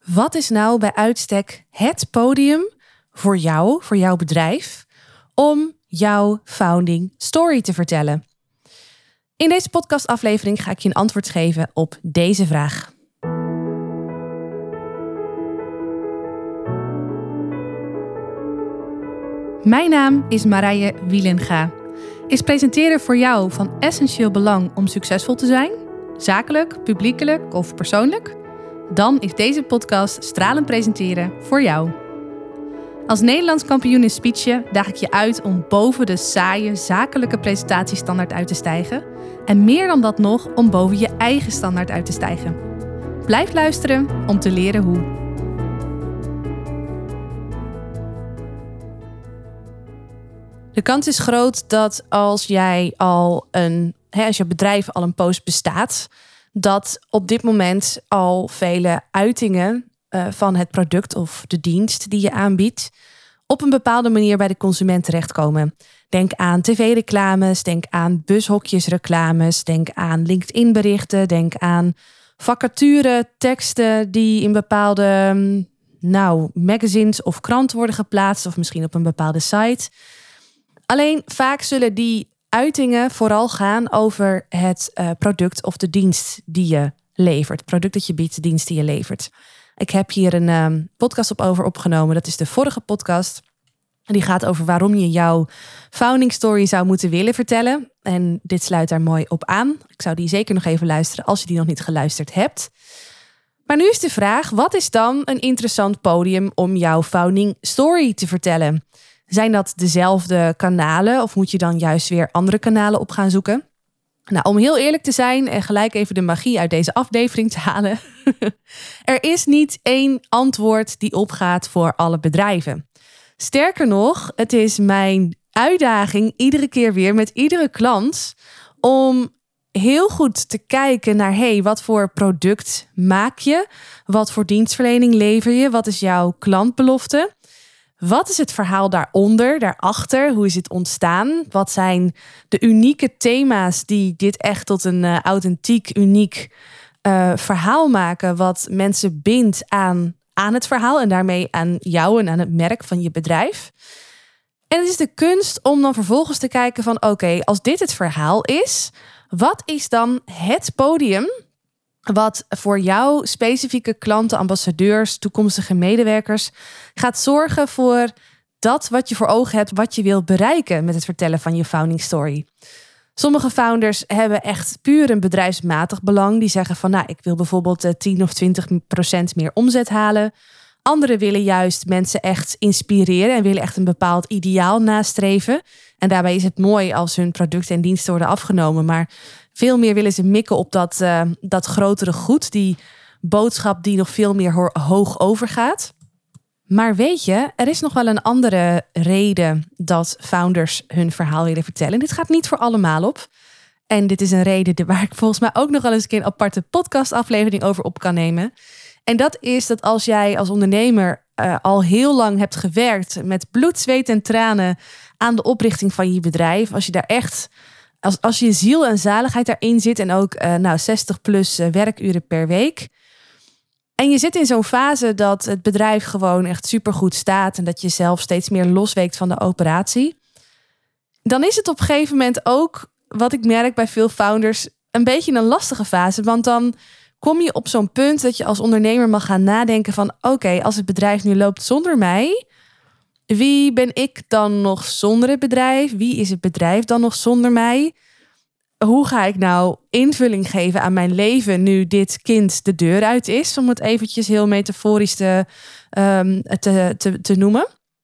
Wat is nou bij uitstek het podium voor jou, voor jouw bedrijf, om jouw founding story te vertellen? In deze podcastaflevering ga ik je een antwoord geven op deze vraag. Mijn naam is Marije Wielenga. Is presenteren voor jou van essentieel belang om succesvol te zijn? Zakelijk, publiekelijk of persoonlijk? Dan is deze podcast Stralend Presenteren voor jou. Als Nederlands kampioen in speechen daag ik je uit om boven de saaie zakelijke presentatiestandaard uit te stijgen. En meer dan dat nog, om boven je eigen standaard uit te stijgen. Blijf luisteren om te leren hoe. De kans is groot dat als je bedrijf al een poos bestaat, dat op dit moment al vele uitingen van het product of de dienst die je aanbiedt op een bepaalde manier bij de consument terechtkomen. Denk aan tv-reclames, denk aan bushokjesreclames, denk aan LinkedIn-berichten, denk aan vacature, teksten die in bepaalde magazines of kranten worden geplaatst of misschien op een bepaalde site. Alleen vaak zullen die uitingen vooral gaan over het product of de dienst die je levert. Het product dat je biedt, de dienst die je levert. Ik heb hier een podcast over opgenomen. Dat is de vorige podcast. Die gaat over waarom je jouw founding story zou moeten willen vertellen. En dit sluit daar mooi op aan. Ik zou die zeker nog even luisteren als je die nog niet geluisterd hebt. Maar nu is de vraag, wat is dan een interessant podium om jouw founding story te vertellen? Zijn dat dezelfde kanalen of moet je dan juist weer andere kanalen op gaan zoeken? Nou, om heel eerlijk te zijn en gelijk even de magie uit deze aflevering te halen. Er is niet één antwoord die opgaat voor alle bedrijven. Sterker nog, het is mijn uitdaging iedere keer weer met iedere klant om heel goed te kijken naar wat voor product maak je? Wat voor dienstverlening lever je? Wat is jouw klantbelofte? Wat is het verhaal daaronder, daarachter? Hoe is het ontstaan? Wat zijn de unieke thema's die dit echt tot een authentiek, uniek verhaal maken, wat mensen bindt aan het verhaal en daarmee aan jou en aan het merk van je bedrijf? En het is de kunst om dan vervolgens te kijken van oké, als dit het verhaal is, wat is dan het podium wat voor jouw specifieke klanten, ambassadeurs, toekomstige medewerkers gaat zorgen voor dat wat je voor ogen hebt, wat je wil bereiken met het vertellen van je founding story. Sommige founders hebben echt puur een bedrijfsmatig belang. Die zeggen van ik wil bijvoorbeeld 10 of 20% meer omzet halen. Anderen willen juist mensen echt inspireren en willen echt een bepaald ideaal nastreven. En daarbij is het mooi als hun producten en diensten worden afgenomen. Maar veel meer willen ze mikken op dat grotere goed. Die boodschap die nog veel meer hoog overgaat. Maar weet je, er is nog wel een andere reden dat founders hun verhaal willen vertellen. Dit gaat niet voor allemaal op. En dit is een reden waar ik volgens mij ook nog wel eens een keer een aparte podcastaflevering over op kan nemen. En dat is dat als jij als ondernemer al heel lang hebt gewerkt met bloed, zweet en tranen aan de oprichting van je bedrijf. Als je daar echt, als je ziel en zaligheid daarin zit en ook 60 plus werkuren per week. En je zit in zo'n fase dat het bedrijf gewoon echt supergoed staat en dat je zelf steeds meer losweekt van de operatie. Dan is het op een gegeven moment ook, wat ik merk bij veel founders, een beetje een lastige fase. Want dan kom je op zo'n punt dat je als ondernemer mag gaan nadenken van oké, als het bedrijf nu loopt zonder mij, wie ben ik dan nog zonder het bedrijf? Wie is het bedrijf dan nog zonder mij? Hoe ga ik nou invulling geven aan mijn leven nu dit kind de deur uit is? Om het eventjes heel metaforisch te noemen.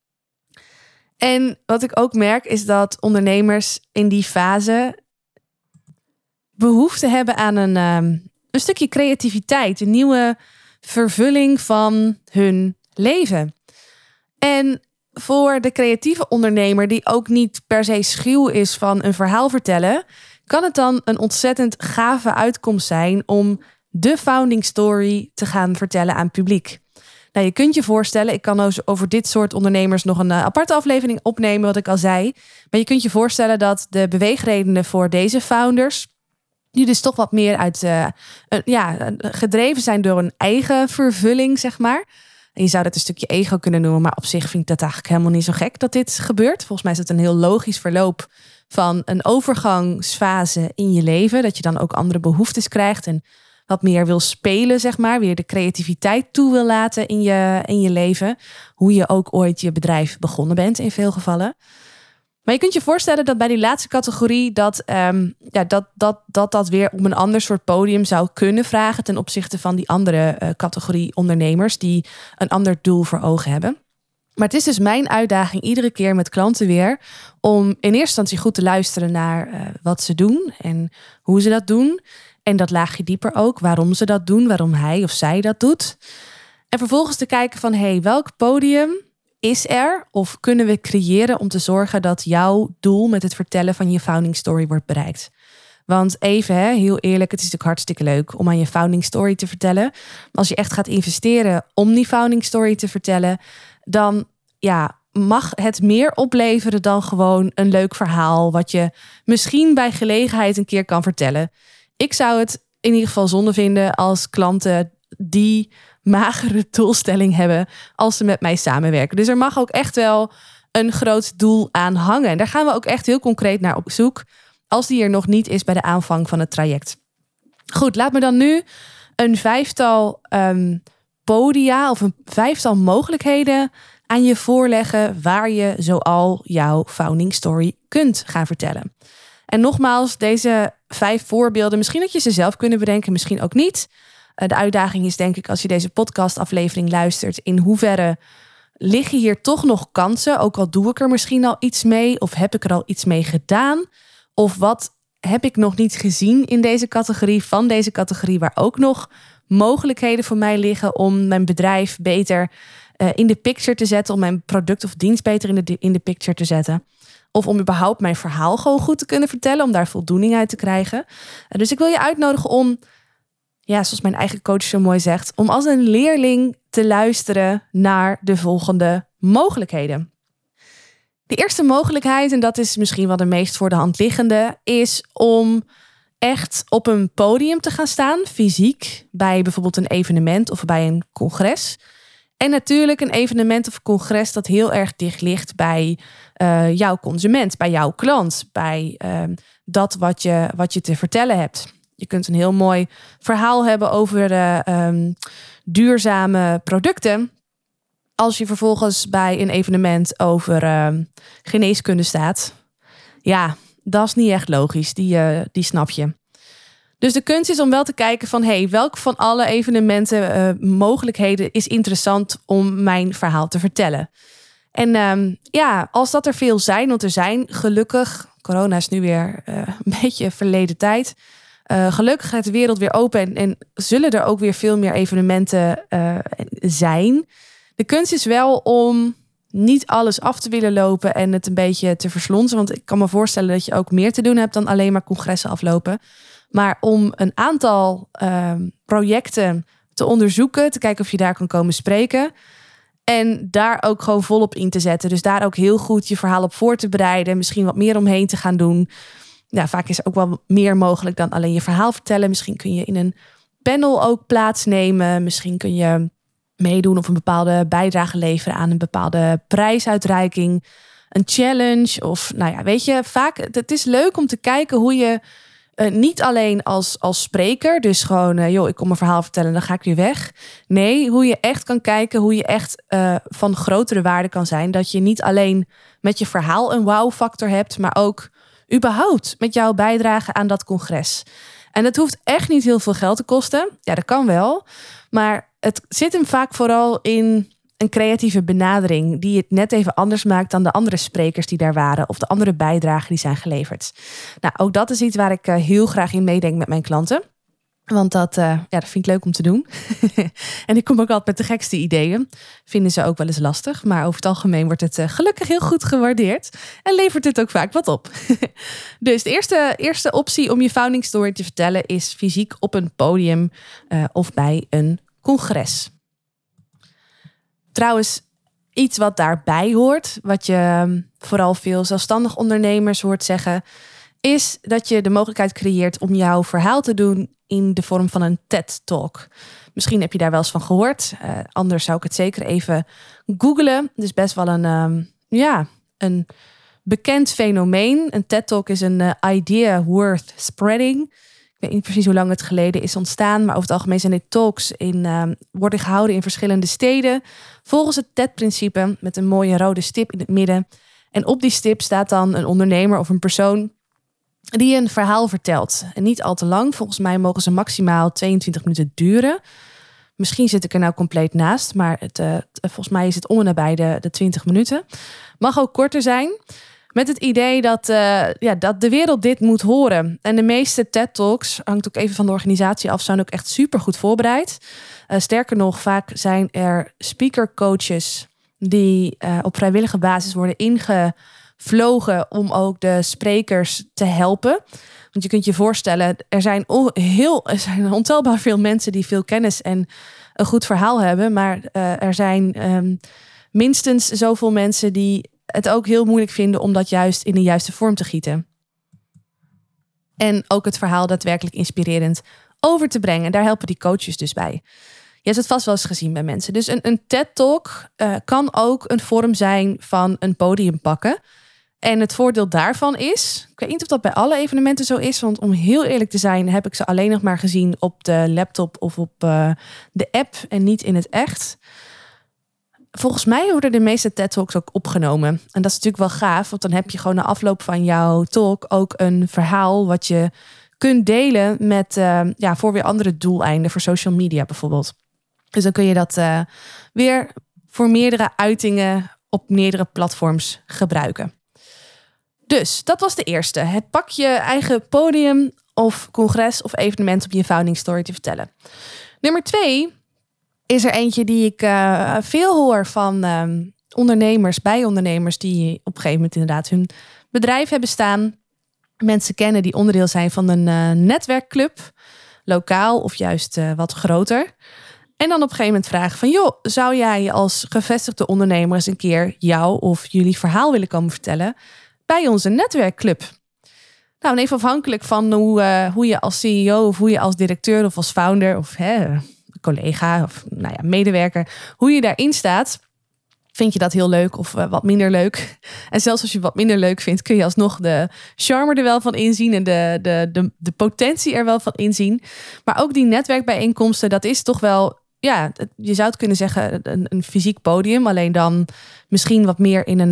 En wat ik ook merk is dat ondernemers in die fase behoefte hebben aan een stukje creativiteit. Een nieuwe vervulling van hun leven. En voor de creatieve ondernemer die ook niet per se schuw is van een verhaal vertellen, kan het dan een ontzettend gave uitkomst zijn om de founding story te gaan vertellen aan publiek. Nou, je kunt je voorstellen, ik kan over dit soort ondernemers nog een aparte aflevering opnemen, wat ik al zei. Maar je kunt je voorstellen dat de beweegredenen voor deze founders Die dus toch wat meer uit gedreven zijn door een eigen vervulling, zeg maar. En je zou dat een stukje ego kunnen noemen, maar op zich vind ik dat eigenlijk helemaal niet zo gek dat dit gebeurt. Volgens mij is het een heel logisch verloop van een overgangsfase in je leven. Dat je dan ook andere behoeftes krijgt en wat meer wil spelen, zeg maar. Weer de creativiteit toe wil laten in je leven. Hoe je ook ooit je bedrijf begonnen bent in veel gevallen. Maar je kunt je voorstellen dat bij die laatste categorie dat weer om een ander soort podium zou kunnen vragen ten opzichte van die andere categorie ondernemers die een ander doel voor ogen hebben. Maar het is dus mijn uitdaging iedere keer met klanten weer om in eerste instantie goed te luisteren naar wat ze doen en hoe ze dat doen. En dat laagje dieper ook, waarom ze dat doen, waarom hij of zij dat doet. En vervolgens te kijken van welk podium is er of kunnen we creëren om te zorgen dat jouw doel met het vertellen van je founding story wordt bereikt. Want even, heel eerlijk, het is natuurlijk hartstikke leuk om aan je founding story te vertellen. Maar als je echt gaat investeren om die founding story te vertellen, dan mag het meer opleveren dan gewoon een leuk verhaal wat je misschien bij gelegenheid een keer kan vertellen. Ik zou het in ieder geval zonde vinden als klanten die magere doelstelling hebben als ze met mij samenwerken. Dus er mag ook echt wel een groot doel aan hangen. En daar gaan we ook echt heel concreet naar op zoek als die er nog niet is bij de aanvang van het traject. Goed, laat me dan nu een 5-tal podia of een 5-tal mogelijkheden aan je voorleggen waar je zoal jouw founding story kunt gaan vertellen. En nogmaals, deze 5 voorbeelden, misschien dat je ze zelf kunnen bedenken, misschien ook niet. De uitdaging is denk ik, als je deze podcastaflevering luistert, in hoeverre liggen hier toch nog kansen? Ook al doe ik er misschien al iets mee, of heb ik er al iets mee gedaan? Of wat heb ik nog niet gezien in deze categorie, van deze categorie, waar ook nog mogelijkheden voor mij liggen om mijn bedrijf beter in de picture te zetten, om mijn product of dienst beter in de picture te zetten. Of om überhaupt mijn verhaal gewoon goed te kunnen vertellen, om daar voldoening uit te krijgen. Dus ik wil je uitnodigen om, zoals mijn eigen coach zo mooi zegt, om als een leerling te luisteren naar de volgende mogelijkheden. De eerste mogelijkheid, en dat is misschien wel de meest voor de hand liggende, is om echt op een podium te gaan staan, fysiek, bij bijvoorbeeld een evenement of bij een congres. En natuurlijk een evenement of congres dat heel erg dicht ligt bij jouw consument, bij jouw klant, bij dat wat je te vertellen hebt. Je kunt een heel mooi verhaal hebben over duurzame producten. Als je vervolgens bij een evenement over geneeskunde staat. Ja, dat is niet echt logisch. Die snap je. Dus de kunst is om wel te kijken van welk van alle evenementen mogelijkheden is interessant om mijn verhaal te vertellen. En als dat er veel zijn, want er zijn gelukkig, corona is nu weer een beetje verleden tijd. Gelukkig gaat de wereld weer open en zullen er ook weer veel meer evenementen zijn. De kunst is wel om niet alles af te willen lopen en het een beetje te verslonsen. Want ik kan me voorstellen dat je ook meer te doen hebt dan alleen maar congressen aflopen. Maar om een aantal projecten te onderzoeken, te kijken of je daar kan komen spreken. En daar ook gewoon volop in te zetten. Dus daar ook heel goed je verhaal op voor te bereiden. Misschien wat meer omheen te gaan doen. Ja, vaak is er ook wel meer mogelijk dan alleen je verhaal vertellen. Misschien kun je in een panel ook plaatsnemen. Misschien kun je meedoen of een bepaalde bijdrage leveren aan een bepaalde prijsuitreiking. Een challenge of weet je, vaak het is leuk om te kijken hoe je niet alleen als spreker, dus gewoon ik kom een verhaal vertellen en dan ga ik weer weg. Nee, hoe je echt kan kijken, hoe je echt van grotere waarde kan zijn. Dat je niet alleen met je verhaal een wow-factor hebt, maar ook überhaupt met jouw bijdrage aan dat congres. En dat hoeft echt niet heel veel geld te kosten. Ja, dat kan wel. Maar het zit hem vaak vooral in een creatieve benadering die het net even anders maakt dan de andere sprekers die daar waren of de andere bijdragen die zijn geleverd. Nou, ook dat is iets waar ik heel graag in meedenk met mijn klanten. Want dat vind ik leuk om te doen. En ik kom ook altijd met de gekste ideeën. Vinden ze ook wel eens lastig. Maar over het algemeen wordt het gelukkig heel goed gewaardeerd. En levert het ook vaak wat op. Dus de eerste optie om je founding story te vertellen is fysiek op een podium of bij een congres. Trouwens, iets wat daarbij hoort, wat je vooral veel zelfstandig ondernemers hoort zeggen, is dat je de mogelijkheid creëert om jouw verhaal te doen in de vorm van een TED-talk. Misschien heb je daar wel eens van gehoord. Anders zou ik het zeker even googlen. Het is best wel een bekend fenomeen. Een TED-talk is een idea worth spreading. Ik weet niet precies hoe lang het geleden is ontstaan, maar over het algemeen zijn dit talks worden gehouden in verschillende steden. Volgens het TED-principe met een mooie rode stip in het midden. En op die stip staat dan een ondernemer of een persoon die een verhaal vertelt. En niet al te lang. Volgens mij mogen ze maximaal 22 minuten duren. Misschien zit ik er nou compleet naast, maar volgens mij is het om en nabij de 20 minuten. Mag ook korter zijn. Met het idee dat de wereld dit moet horen. En de meeste TED-talks, hangt ook even van de organisatie af, zijn ook echt super goed voorbereid. Sterker nog, vaak zijn er speakercoaches die op vrijwillige basis worden ingevlogen om ook de sprekers te helpen. Want je kunt je voorstellen, er zijn ontelbaar veel mensen die veel kennis en een goed verhaal hebben. Maar er zijn minstens zoveel mensen die het ook heel moeilijk vinden om dat juist in de juiste vorm te gieten. En ook het verhaal daadwerkelijk inspirerend over te brengen. Daar helpen die coaches dus bij. Je hebt het vast wel eens gezien bij mensen. Dus een TED-talk kan ook een vorm zijn van een podium pakken. En het voordeel daarvan is, ik weet niet of dat bij alle evenementen zo is, want om heel eerlijk te zijn heb ik ze alleen nog maar gezien op de laptop of op de app en niet in het echt. Volgens mij worden de meeste TED-talks ook opgenomen. En dat is natuurlijk wel gaaf, want dan heb je gewoon na afloop van jouw talk ook een verhaal wat je kunt delen met voor weer andere doeleinden, voor social media bijvoorbeeld. Dus dan kun je dat weer voor meerdere uitingen op meerdere platforms gebruiken. Dus dat was de eerste. Het pak je eigen podium of congres of evenement om je founding story te vertellen. Nummer 2 is er eentje die ik veel hoor van ondernemers die op een gegeven moment inderdaad hun bedrijf hebben staan. Mensen kennen die onderdeel zijn van een netwerkclub, lokaal of juist wat groter. En dan op een gegeven moment vragen van, joh, zou jij als gevestigde ondernemer eens een keer jou of jullie verhaal willen komen vertellen bij onze netwerkclub? Nou, even afhankelijk van hoe je als CEO of hoe je als directeur of als founder of collega of medewerker, hoe je daarin staat, vind je dat heel leuk of wat minder leuk. En zelfs als je wat minder leuk vindt, kun je alsnog de charme er wel van inzien en de potentie er wel van inzien. Maar ook die netwerkbijeenkomsten, dat is toch wel, je zou het kunnen zeggen, een fysiek podium. Alleen dan misschien wat meer in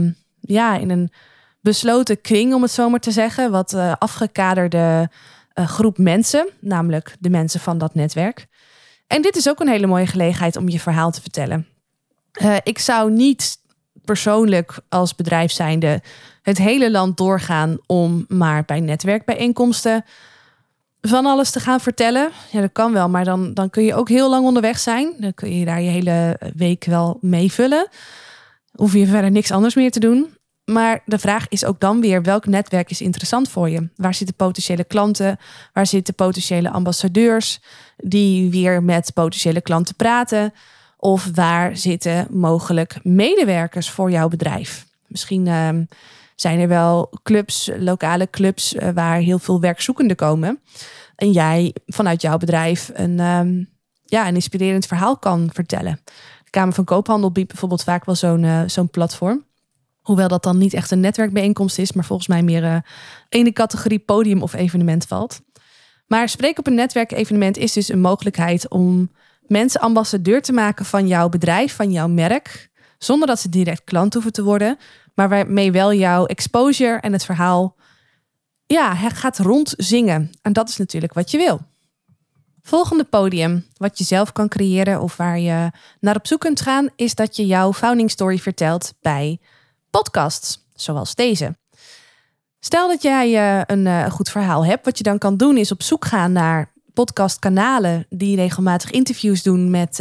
een besloten kring, om het zo maar te zeggen. Wat afgekaderde groep mensen, namelijk de mensen van dat netwerk. En dit is ook een hele mooie gelegenheid om je verhaal te vertellen. Ik zou niet persoonlijk als bedrijf zijnde het hele land doorgaan om maar bij netwerkbijeenkomsten van alles te gaan vertellen. Ja, dat kan wel, maar dan kun je ook heel lang onderweg zijn. Dan kun je daar je hele week wel mee vullen. Hoef je verder niks anders meer te doen. Maar de vraag is ook dan weer, welk netwerk is interessant voor je? Waar zitten potentiële klanten? Waar zitten potentiële ambassadeurs die weer met potentiële klanten praten? Of waar zitten mogelijk medewerkers voor jouw bedrijf? Misschien zijn er wel clubs, lokale clubs, waar heel veel werkzoekenden komen. En jij vanuit jouw bedrijf een inspirerend verhaal kan vertellen. De Kamer van Koophandel biedt bijvoorbeeld vaak wel zo'n platform. Hoewel dat dan niet echt een netwerkbijeenkomst is, maar volgens mij meer in de categorie podium of evenement valt. Maar spreken op een netwerkevenement is dus een mogelijkheid om mensen ambassadeur te maken van jouw bedrijf, van jouw merk, zonder dat ze direct klant hoeven te worden, maar waarmee wel jouw exposure en het verhaal gaat rondzingen. En dat is natuurlijk wat je wil. Volgende podium, wat je zelf kan creëren of waar je naar op zoek kunt gaan, is dat je jouw founding story vertelt bij podcasts, zoals deze. Stel dat jij een goed verhaal hebt. Wat je dan kan doen is op zoek gaan naar podcastkanalen die regelmatig interviews doen met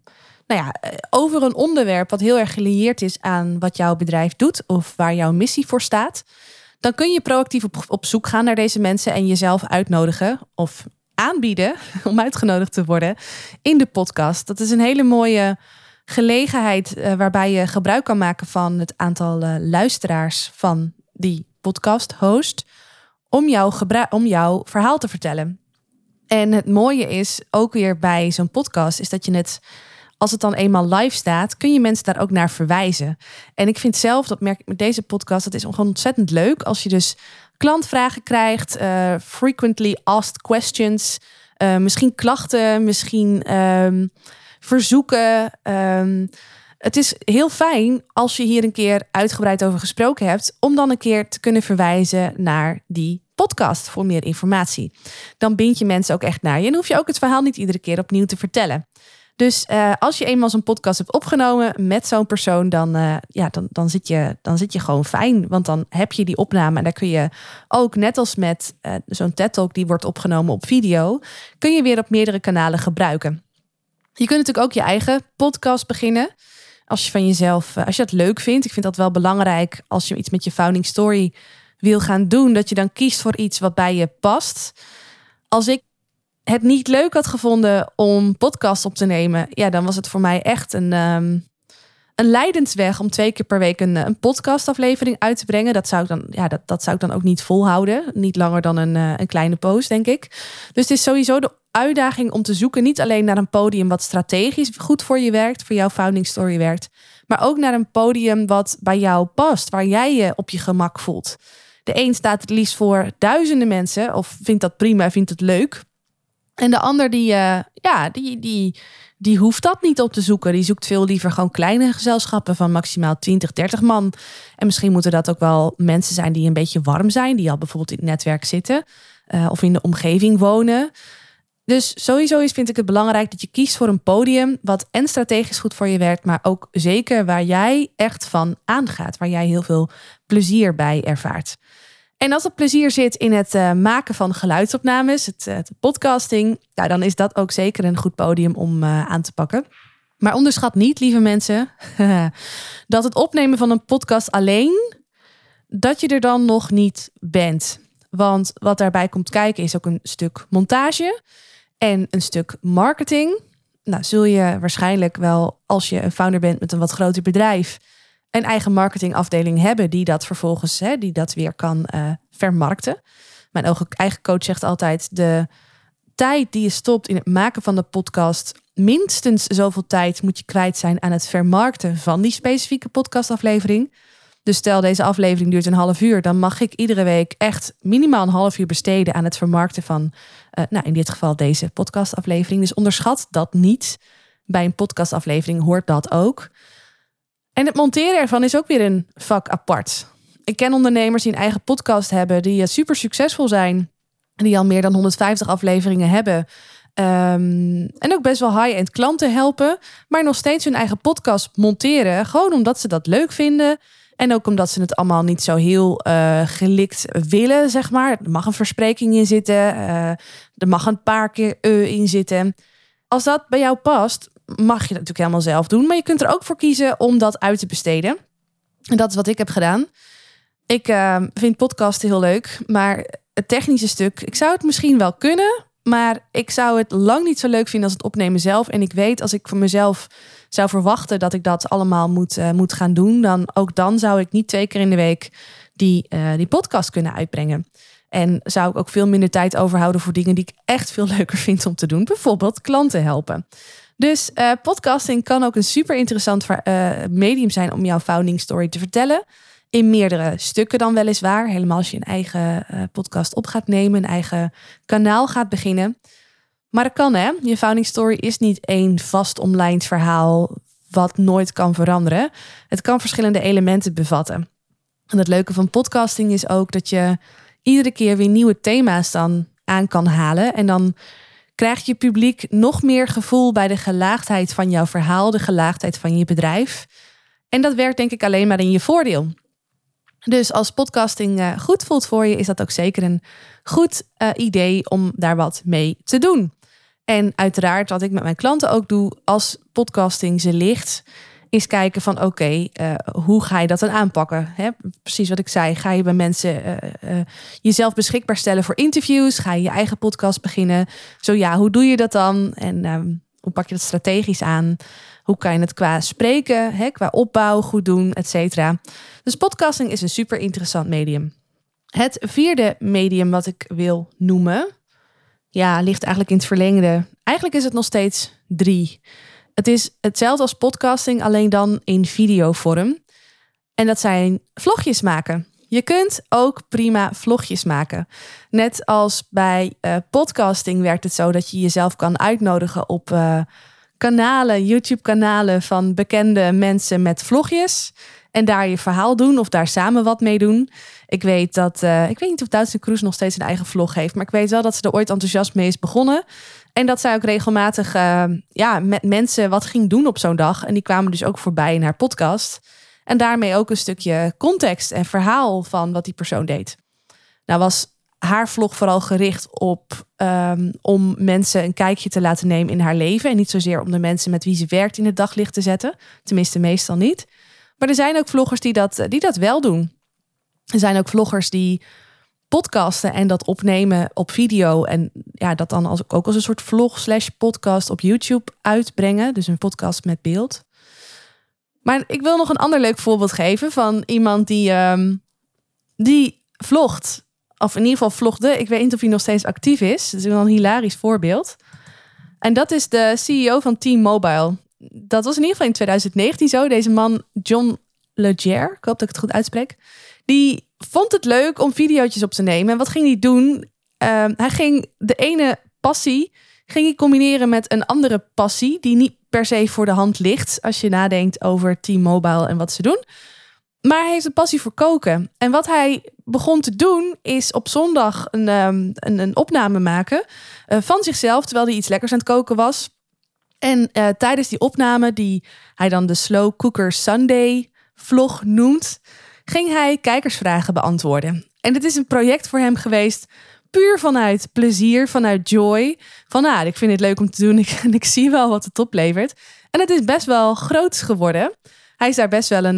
over een onderwerp wat heel erg gelieerd is aan wat jouw bedrijf doet of waar jouw missie voor staat. Dan kun je proactief op zoek gaan naar deze mensen en jezelf uitnodigen of aanbieden om uitgenodigd te worden in de podcast. Dat is een hele mooie gelegenheid waarbij je gebruik kan maken van het aantal luisteraars van die podcast host om jouw verhaal te vertellen. En het mooie is ook weer bij zo'n podcast is dat je het, als het dan eenmaal live staat, kun je mensen daar ook naar verwijzen. En ik vind zelf, dat merk ik met deze podcast, dat is gewoon ontzettend leuk als je dus klantvragen krijgt, frequently asked questions, misschien klachten, misschien verzoeken. Het is heel fijn als je hier een keer uitgebreid over gesproken hebt, om dan een keer te kunnen verwijzen naar die podcast voor meer informatie. Dan bind je mensen ook echt naar je en hoef je ook het verhaal niet iedere keer opnieuw te vertellen. Dus als je eenmaal zo'n podcast hebt opgenomen met zo'n persoon, dan zit je gewoon fijn. Want dan heb je die opname en daar kun je ook, net als met zo'n TED-talk die wordt opgenomen op video, kun je weer op meerdere kanalen gebruiken. Je kunt natuurlijk ook je eigen podcast beginnen. Als je van jezelf, als je dat leuk vindt. Ik vind dat wel belangrijk als je iets met je founding story wil gaan doen, dat je dan kiest voor iets wat bij je past. Als ik het niet leuk had gevonden om podcast op te nemen, ja, dan was het voor mij echt een lijdensweg om 2 keer per week een podcastaflevering uit te brengen. Dat zou ik dan ook niet volhouden. Niet langer dan een kleine post, denk ik. Dus het is sowieso de uitdaging om te zoeken, niet alleen naar een podium wat strategisch goed voor je werkt, voor jouw founding story werkt, maar ook naar een podium wat bij jou past, waar jij je op je gemak voelt. De een staat het liefst voor duizenden mensen of vindt dat prima, vindt het leuk. En de ander die hoeft dat niet op te zoeken. Die zoekt veel liever gewoon kleine gezelschappen van maximaal 20, 30 man. En misschien moeten dat ook wel mensen zijn die een beetje warm zijn, die al bijvoorbeeld in het netwerk zitten of in de omgeving wonen. Dus sowieso vind ik het belangrijk dat je kiest voor een podium wat en strategisch goed voor je werkt, maar ook zeker waar jij echt van aangaat, waar jij heel veel plezier bij ervaart. En als het plezier zit in het maken van geluidsopnames, het podcasting, nou, dan is dat ook zeker een goed podium om aan te pakken. Maar onderschat niet, lieve mensen, dat het opnemen van een podcast alleen, dat je er dan nog niet bent. Want wat daarbij komt kijken is ook een stuk montage en een stuk marketing. Nou, zul je waarschijnlijk wel, als je een founder bent met een wat groter bedrijf, een eigen marketingafdeling hebben die dat vervolgens die dat weer kan vermarkten. Mijn eigen coach zegt altijd, de tijd die je stopt in het maken van de podcast, minstens zoveel tijd moet je kwijt zijn aan het vermarkten van die specifieke podcastaflevering. Dus stel deze aflevering duurt een half uur, dan mag ik iedere week echt minimaal een half uur besteden aan het vermarkten van, in dit geval deze podcastaflevering. Dus onderschat dat niet. Bij een podcastaflevering hoort dat ook. En het monteren ervan is ook weer een vak apart. Ik ken ondernemers die een eigen podcast hebben, die super succesvol zijn, die al meer dan 150 afleveringen hebben. En ook best wel high-end klanten helpen, maar nog steeds hun eigen podcast monteren. Gewoon omdat ze dat leuk vinden. En ook omdat ze het allemaal niet zo heel gelikt willen, zeg maar. Er mag een verspreking in zitten. Er mag een paar keer in zitten. Als dat bij jou past, mag je dat natuurlijk helemaal zelf doen. Maar je kunt er ook voor kiezen om dat uit te besteden. En dat is wat ik heb gedaan. Ik vind podcasten heel leuk. Maar het technische stuk, ik zou het misschien wel kunnen. Maar ik zou het lang niet zo leuk vinden als het opnemen zelf. En ik weet, als ik van mezelf zou verwachten dat ik dat allemaal moet gaan doen, dan zou ik niet 2 keer in de week die podcast kunnen uitbrengen. En zou ik ook veel minder tijd overhouden voor dingen die ik echt veel leuker vind om te doen. Bijvoorbeeld klanten helpen. Dus podcasting kan ook een super interessant medium zijn om jouw founding story te vertellen. In meerdere stukken dan weliswaar. Helemaal als je een eigen podcast op gaat nemen, een eigen kanaal gaat beginnen. Maar dat kan, hè. Je founding story is niet één vast omlijnd verhaal wat nooit kan veranderen. Het kan verschillende elementen bevatten. En het leuke van podcasting is ook dat je iedere keer weer nieuwe thema's dan aan kan halen. En dan krijgt je publiek nog meer gevoel bij de gelaagdheid van jouw verhaal, de gelaagdheid van je bedrijf. En dat werkt denk ik alleen maar in je voordeel. Dus als podcasting goed voelt voor je, is dat ook zeker een goed idee om daar wat mee te doen. En uiteraard wat ik met mijn klanten ook doe als podcasting ze ligt, is kijken van oké, hoe ga je dat dan aanpakken? Hè? Precies wat ik zei, ga je bij mensen jezelf beschikbaar stellen voor interviews? Ga je je eigen podcast beginnen? Zo ja, hoe doe je dat dan? En hoe pak je dat strategisch aan? Hoe kan je het qua spreken, qua opbouw goed doen, et cetera. Dus podcasting is een super interessant medium. Het vierde medium wat ik wil noemen, ligt eigenlijk in het verlengde. Eigenlijk is het nog steeds 3. Het is hetzelfde als podcasting, alleen dan in videovorm. En dat zijn vlogjes maken. Je kunt ook prima vlogjes maken. Net als bij podcasting werkt het zo dat je jezelf kan uitnodigen op kanalen, YouTube-kanalen van bekende mensen met vlogjes. En daar je verhaal doen of daar samen wat mee doen. Ik weet niet of Duitse Cruise nog steeds een eigen vlog heeft. Maar ik weet wel dat ze er ooit enthousiast mee is begonnen. En dat zij ook regelmatig met mensen wat ging doen op zo'n dag. En die kwamen dus ook voorbij in haar podcast. En daarmee ook een stukje context en verhaal van wat die persoon deed. Nou was haar vlog vooral gericht op om mensen een kijkje te laten nemen in haar leven. En niet zozeer om de mensen met wie ze werkt in het daglicht te zetten. Tenminste, meestal niet. Maar er zijn ook vloggers die dat wel doen. Er zijn ook vloggers die podcasten en dat opnemen op video. En dat dan ook als een soort vlog/podcast op YouTube uitbrengen. Dus een podcast met beeld. Maar ik wil nog een ander leuk voorbeeld geven van iemand die vlogt. Of in ieder geval vlogde. Ik weet niet of hij nog steeds actief is. Dat is wel een hilarisch voorbeeld. En dat is de CEO van T-Mobile. Dat was in ieder geval in 2019 zo. Deze man, John Legere, ik hoop dat ik het goed uitspreek. Die vond het leuk om video's op te nemen. En wat ging hij doen? Hij ging de ene passie combineren met een andere passie die niet per se voor de hand ligt als je nadenkt over T-Mobile en wat ze doen. Maar hij heeft een passie voor koken. En wat hij begon te doen is op zondag een opname maken van zichzelf terwijl hij iets lekkers aan het koken was. En tijdens die opname, die hij dan de Slow Cooker Sunday vlog noemt, ging hij kijkersvragen beantwoorden. En dit is een project voor hem geweest puur vanuit plezier, vanuit joy. Van ik vind het leuk om te doen en ik zie wel wat het oplevert. En het is best wel groots geworden. Hij is daar best wel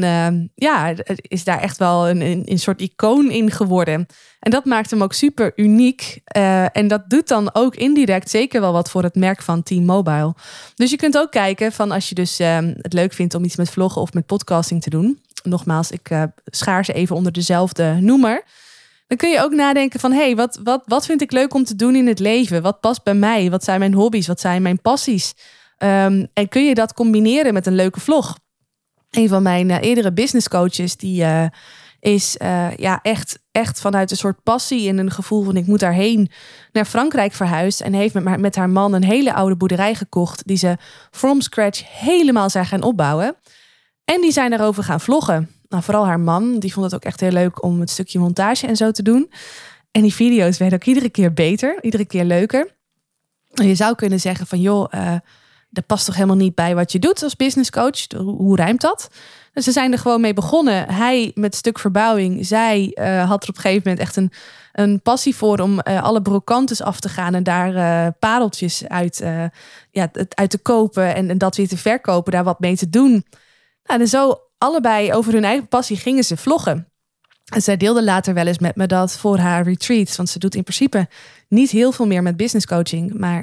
is daar echt wel een soort icoon in geworden. En dat maakt hem ook super uniek. En dat doet dan ook indirect zeker wel wat voor het merk van T-Mobile. Dus je kunt ook kijken van als je dus het leuk vindt om iets met vloggen of met podcasting te doen. Nogmaals, ik schaar ze even onder dezelfde noemer. Dan kun je ook nadenken van wat vind ik leuk om te doen in het leven? Wat past bij mij? Wat zijn mijn hobby's? Wat zijn mijn passies? En kun je dat combineren met een leuke vlog? Een van mijn eerdere business coaches, die is echt vanuit een soort passie en een gevoel van ik moet daarheen naar Frankrijk verhuisd. En heeft met haar man een hele oude boerderij gekocht die ze from scratch helemaal zijn gaan opbouwen. En die zijn daarover gaan vloggen. Nou, vooral haar man, die vond het ook echt heel leuk om het stukje montage en zo te doen. En die video's werden ook iedere keer beter, iedere keer leuker. En je zou kunnen zeggen van dat past toch helemaal niet bij wat je doet als business coach. Hoe rijmt dat? Dus ze zijn er gewoon mee begonnen. Hij met stuk verbouwing. Zij had er op een gegeven moment echt een passie voor om alle brocantes af te gaan en daar pareltjes uit te kopen en dat weer te verkopen, daar wat mee te doen. Nou, en zo allebei over hun eigen passie gingen ze vloggen. En zij deelde later wel eens met me dat voor haar retreats, want ze doet in principe niet heel veel meer met business coaching, maar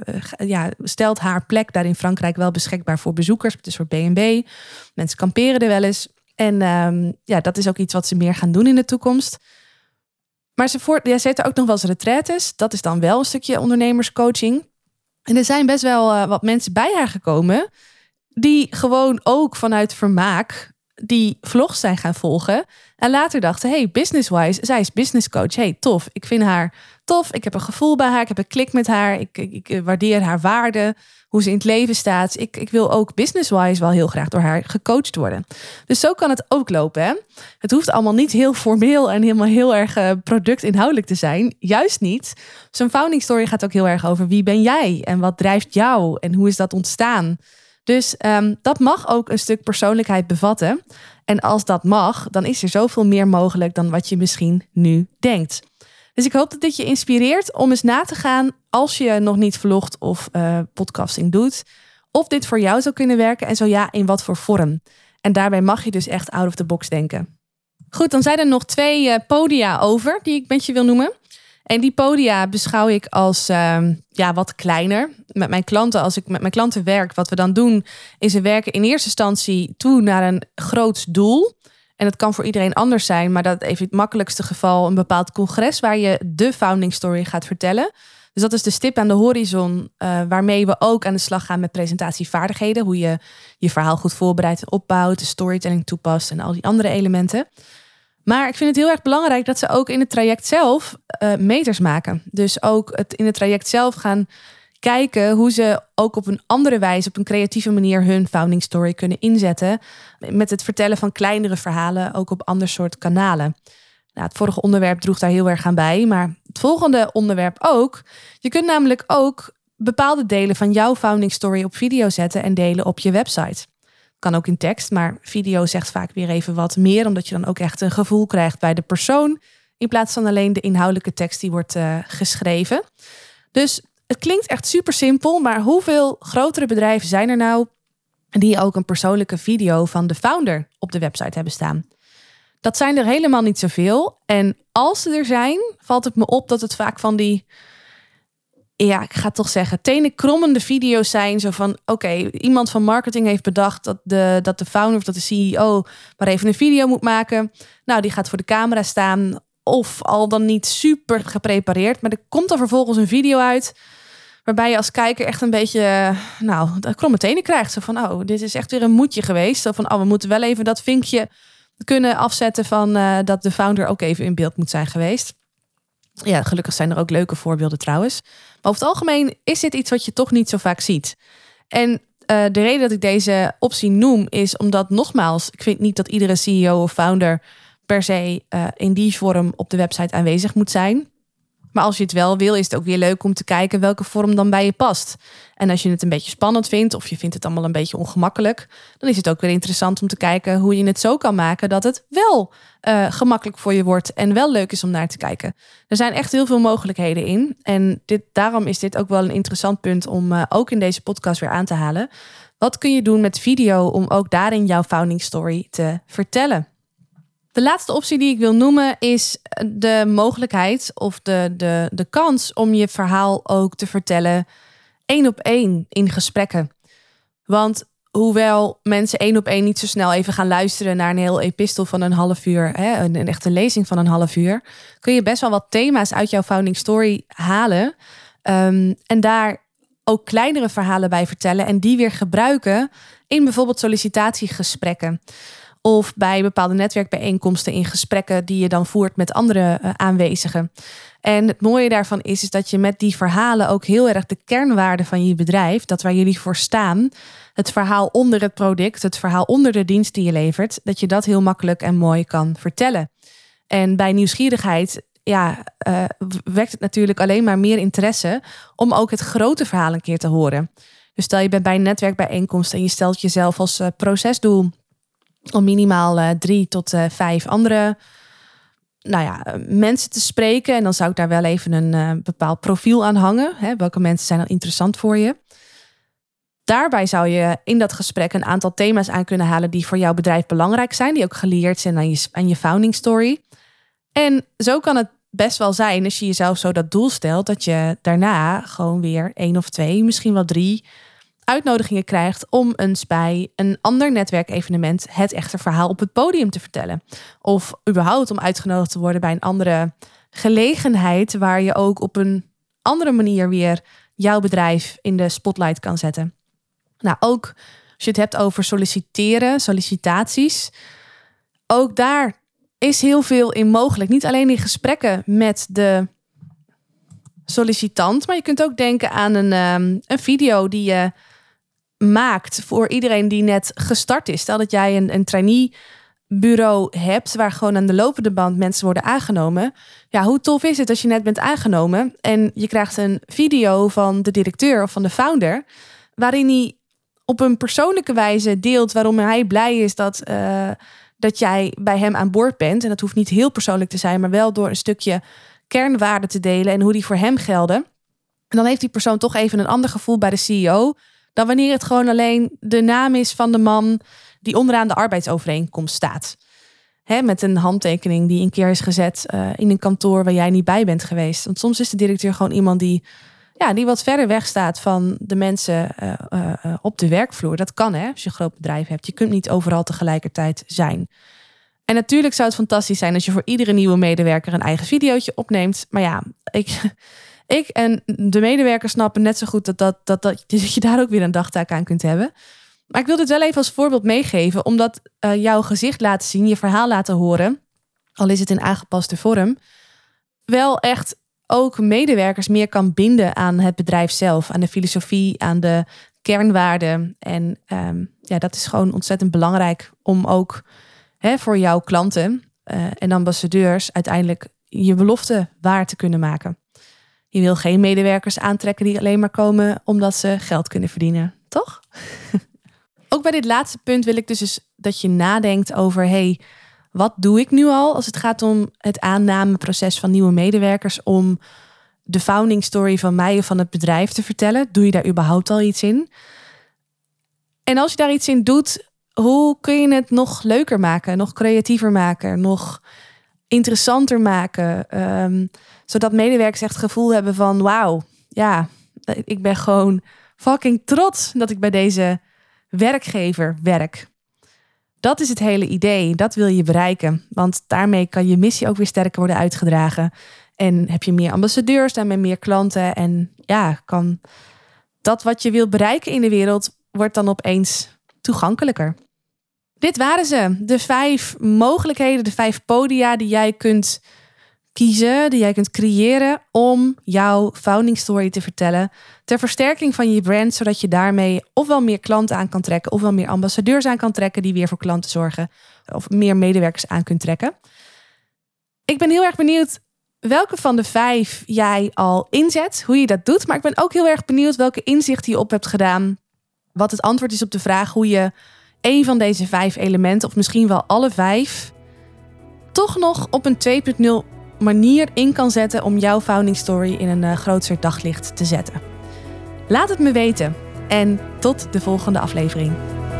stelt haar plek daar in Frankrijk wel beschikbaar voor bezoekers. Het is voor B&B. Mensen kamperen er wel eens. En dat is ook iets wat ze meer gaan doen in de toekomst. Maar ze heeft er ook nog wel eens retraites. Dat is dan wel een stukje ondernemerscoaching. En er zijn best wel wat mensen bij haar gekomen die gewoon ook vanuit vermaak die vlogs zijn gaan volgen. En later dachten, business-wise, zij is business coach. Tof. Ik vind haar tof. Ik heb een gevoel bij haar. Ik heb een klik met haar. Ik waardeer haar waarde. Hoe ze in het leven staat. Ik wil ook business-wise wel heel graag door haar gecoacht worden. Dus zo kan het ook lopen. Hè? Het hoeft allemaal niet heel formeel en helemaal heel erg productinhoudelijk te zijn. Juist niet. Zo'n founding story gaat ook heel erg over wie ben jij? En wat drijft jou? En hoe is dat ontstaan? Dus dat mag ook een stuk persoonlijkheid bevatten. En als dat mag, dan is er zoveel meer mogelijk dan wat je misschien nu denkt. Dus ik hoop dat dit je inspireert om eens na te gaan als je nog niet vlogt of podcasting doet. Of dit voor jou zou kunnen werken en zo ja, in wat voor vorm. En daarbij mag je dus echt out of the box denken. Goed, dan zijn er nog 2 podia over die ik met je wil noemen. En die podia beschouw ik als wat kleiner. Met mijn klanten, als ik met mijn klanten werk, wat we dan doen, is we werken in eerste instantie toe naar een groot doel. En het kan voor iedereen anders zijn, maar dat even het makkelijkste geval een bepaald congres waar je de founding story gaat vertellen. Dus dat is de stip aan de horizon waarmee we ook aan de slag gaan met presentatievaardigheden. Hoe je je verhaal goed voorbereidt en opbouwt, de storytelling toepast en al die andere elementen. Maar ik vind het heel erg belangrijk dat ze ook in het traject zelf meters maken. Dus ook in het traject zelf gaan kijken hoe ze ook op een andere wijze, op een creatieve manier hun founding story kunnen inzetten. Met het vertellen van kleinere verhalen, ook op ander soort kanalen. Nou, het vorige onderwerp droeg daar heel erg aan bij. Maar het volgende onderwerp ook. Je kunt namelijk ook bepaalde delen van jouw founding story op video zetten en delen op je website. Kan ook in tekst, maar video zegt vaak weer even wat meer, omdat je dan ook echt een gevoel krijgt bij de persoon, in plaats van alleen de inhoudelijke tekst die wordt geschreven. Dus het klinkt echt super simpel, maar hoeveel grotere bedrijven zijn er nou die ook een persoonlijke video van de founder op de website hebben staan? Dat zijn er helemaal niet zoveel. En als ze er zijn, valt het me op dat het vaak van die, ja, ik ga toch zeggen, tenenkrommende video's zijn. Zo van, oké, iemand van marketing heeft bedacht dat de founder of dat de CEO maar even een video moet maken. Nou, die gaat voor de camera staan. Of al dan niet super geprepareerd. Maar er komt dan vervolgens een video uit waarbij je als kijker echt een beetje, de kromme tenen krijgt. Zo van, oh, dit is echt weer een moedje geweest. Zo van, oh, we moeten wel even dat vinkje kunnen afzetten van dat de founder ook even in beeld moet zijn geweest. Ja, gelukkig zijn er ook leuke voorbeelden trouwens. Maar over het algemeen is dit iets wat je toch niet zo vaak ziet. En de reden dat ik deze optie noem is omdat, nogmaals, ik vind niet dat iedere CEO of founder per se in die vorm op de website aanwezig moet zijn. Maar als je het wel wil, is het ook weer leuk om te kijken welke vorm dan bij je past. En als je het een beetje spannend vindt of je vindt het allemaal een beetje ongemakkelijk, dan is het ook weer interessant om te kijken hoe je het zo kan maken dat het wel gemakkelijk voor je wordt en wel leuk is om naar te kijken. Er zijn echt heel veel mogelijkheden in. En daarom is dit ook wel een interessant punt om ook in deze podcast weer aan te halen. Wat kun je doen met video om ook daarin jouw founding story te vertellen? De laatste optie die ik wil noemen is de mogelijkheid of de kans om je verhaal ook te vertellen 1-op-1 in gesprekken. Want hoewel mensen 1-op-1 niet zo snel even gaan luisteren naar een heel epistel van een half uur, een echte lezing van een half uur, kun je best wel wat thema's uit jouw founding story halen en daar ook kleinere verhalen bij vertellen en die weer gebruiken in bijvoorbeeld sollicitatiegesprekken. Of bij bepaalde netwerkbijeenkomsten in gesprekken die je dan voert met andere aanwezigen. En het mooie daarvan is dat je met die verhalen ook heel erg de kernwaarden van je bedrijf, dat waar jullie voor staan, het verhaal onder het product, het verhaal onder de dienst die je levert, dat je dat heel makkelijk en mooi kan vertellen. En bij nieuwsgierigheid wekt het natuurlijk alleen maar meer interesse om ook het grote verhaal een keer te horen. Dus stel je bent bij een netwerkbijeenkomst en je stelt jezelf als procesdoel om minimaal 3 tot 5 andere mensen te spreken. En dan zou ik daar wel even een bepaald profiel aan hangen. Hè? Welke mensen zijn dan interessant voor je? Daarbij zou je in dat gesprek een aantal thema's aan kunnen halen die voor jouw bedrijf belangrijk zijn. Die ook geleerd zijn aan je founding story. En zo kan het best wel zijn, als je jezelf zo dat doel stelt, dat je daarna gewoon weer 1 of 2, misschien wel 3... uitnodigingen krijgt om eens bij een ander netwerkevenement het echte verhaal op het podium te vertellen. Of überhaupt om uitgenodigd te worden bij een andere gelegenheid waar je ook op een andere manier weer jouw bedrijf in de spotlight kan zetten. Nou, ook als je het hebt over sollicitaties, ook daar is heel veel in mogelijk. Niet alleen in gesprekken met de sollicitant, maar je kunt ook denken aan een video die je maakt voor iedereen die net gestart is. Stel dat jij een traineebureau hebt waar gewoon aan de lopende band mensen worden aangenomen. Ja, hoe tof is het als je net bent aangenomen en je krijgt een video van de directeur of van de founder waarin hij op een persoonlijke wijze deelt waarom hij blij is dat jij bij hem aan boord bent. En dat hoeft niet heel persoonlijk te zijn, maar wel door een stukje kernwaarden te delen en hoe die voor hem gelden. En dan heeft die persoon toch even een ander gevoel bij de CEO dan wanneer het gewoon alleen de naam is van de man die onderaan de arbeidsovereenkomst staat. Met een handtekening die een keer is gezet in een kantoor waar jij niet bij bent geweest. Want soms is de directeur gewoon iemand die wat verder weg staat van de mensen op de werkvloer. Dat kan, als je een groot bedrijf hebt. Je kunt niet overal tegelijkertijd zijn. En natuurlijk zou het fantastisch zijn als je voor iedere nieuwe medewerker een eigen videootje opneemt. Maar ja, ik en de medewerkers snappen net zo goed dat je daar ook weer een dagtaak aan kunt hebben. Maar ik wil dit wel even als voorbeeld meegeven, omdat jouw gezicht laten zien, je verhaal laten horen, al is het in aangepaste vorm, wel echt ook medewerkers meer kan binden aan het bedrijf zelf, aan de filosofie, aan de kernwaarden. En dat is gewoon ontzettend belangrijk om ook voor jouw klanten en ambassadeurs uiteindelijk je belofte waar te kunnen maken. Je wil geen medewerkers aantrekken die alleen maar komen omdat ze geld kunnen verdienen, toch? Ook bij dit laatste punt wil ik dus dat je nadenkt over, wat doe ik nu al als het gaat om het aannameproces van nieuwe medewerkers, om de founding story van mij of van het bedrijf te vertellen? Doe je daar überhaupt al iets in? En als je daar iets in doet, hoe kun je het nog leuker maken, nog creatiever maken, nog interessanter maken, zodat medewerkers echt het gevoel hebben van wauw, ja, ik ben gewoon fucking trots dat ik bij deze werkgever werk. Dat is het hele idee. Dat wil je bereiken. Want daarmee kan je missie ook weer sterker worden uitgedragen. En heb je meer ambassadeurs, daarmee meer klanten. En ja, kan dat wat je wil bereiken in de wereld, wordt dan opeens toegankelijker. Dit waren ze. De 5 mogelijkheden, de 5 podia die jij kunt kiezen, die jij kunt creëren om jouw founding story te vertellen. Ter versterking van je brand, zodat je daarmee ofwel meer klanten aan kan trekken, ofwel meer ambassadeurs aan kan trekken die weer voor klanten zorgen. Of meer medewerkers aan kunt trekken. Ik ben heel erg benieuwd welke van de 5 jij al inzet, hoe je dat doet. Maar ik ben ook heel erg benieuwd welke inzichten je op hebt gedaan. Wat het antwoord is op de vraag hoe je één van deze 5 elementen, of misschien wel alle 5, toch nog op een 2.0 manier in kan zetten om jouw founding story in een groter daglicht te zetten. Laat het me weten en tot de volgende aflevering.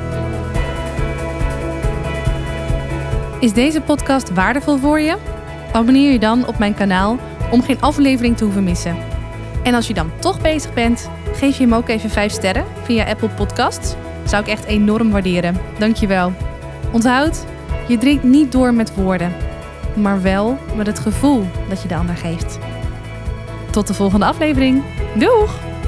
Is deze podcast waardevol voor je? Abonneer je dan op mijn kanaal om geen aflevering te hoeven missen. En als je dan toch bezig bent, geef je hem ook even 5 sterren via Apple Podcasts. Zou ik echt enorm waarderen. Dankjewel. Onthoud, je drinkt niet door met woorden, maar wel met het gevoel dat je de ander geeft. Tot de volgende aflevering. Doeg!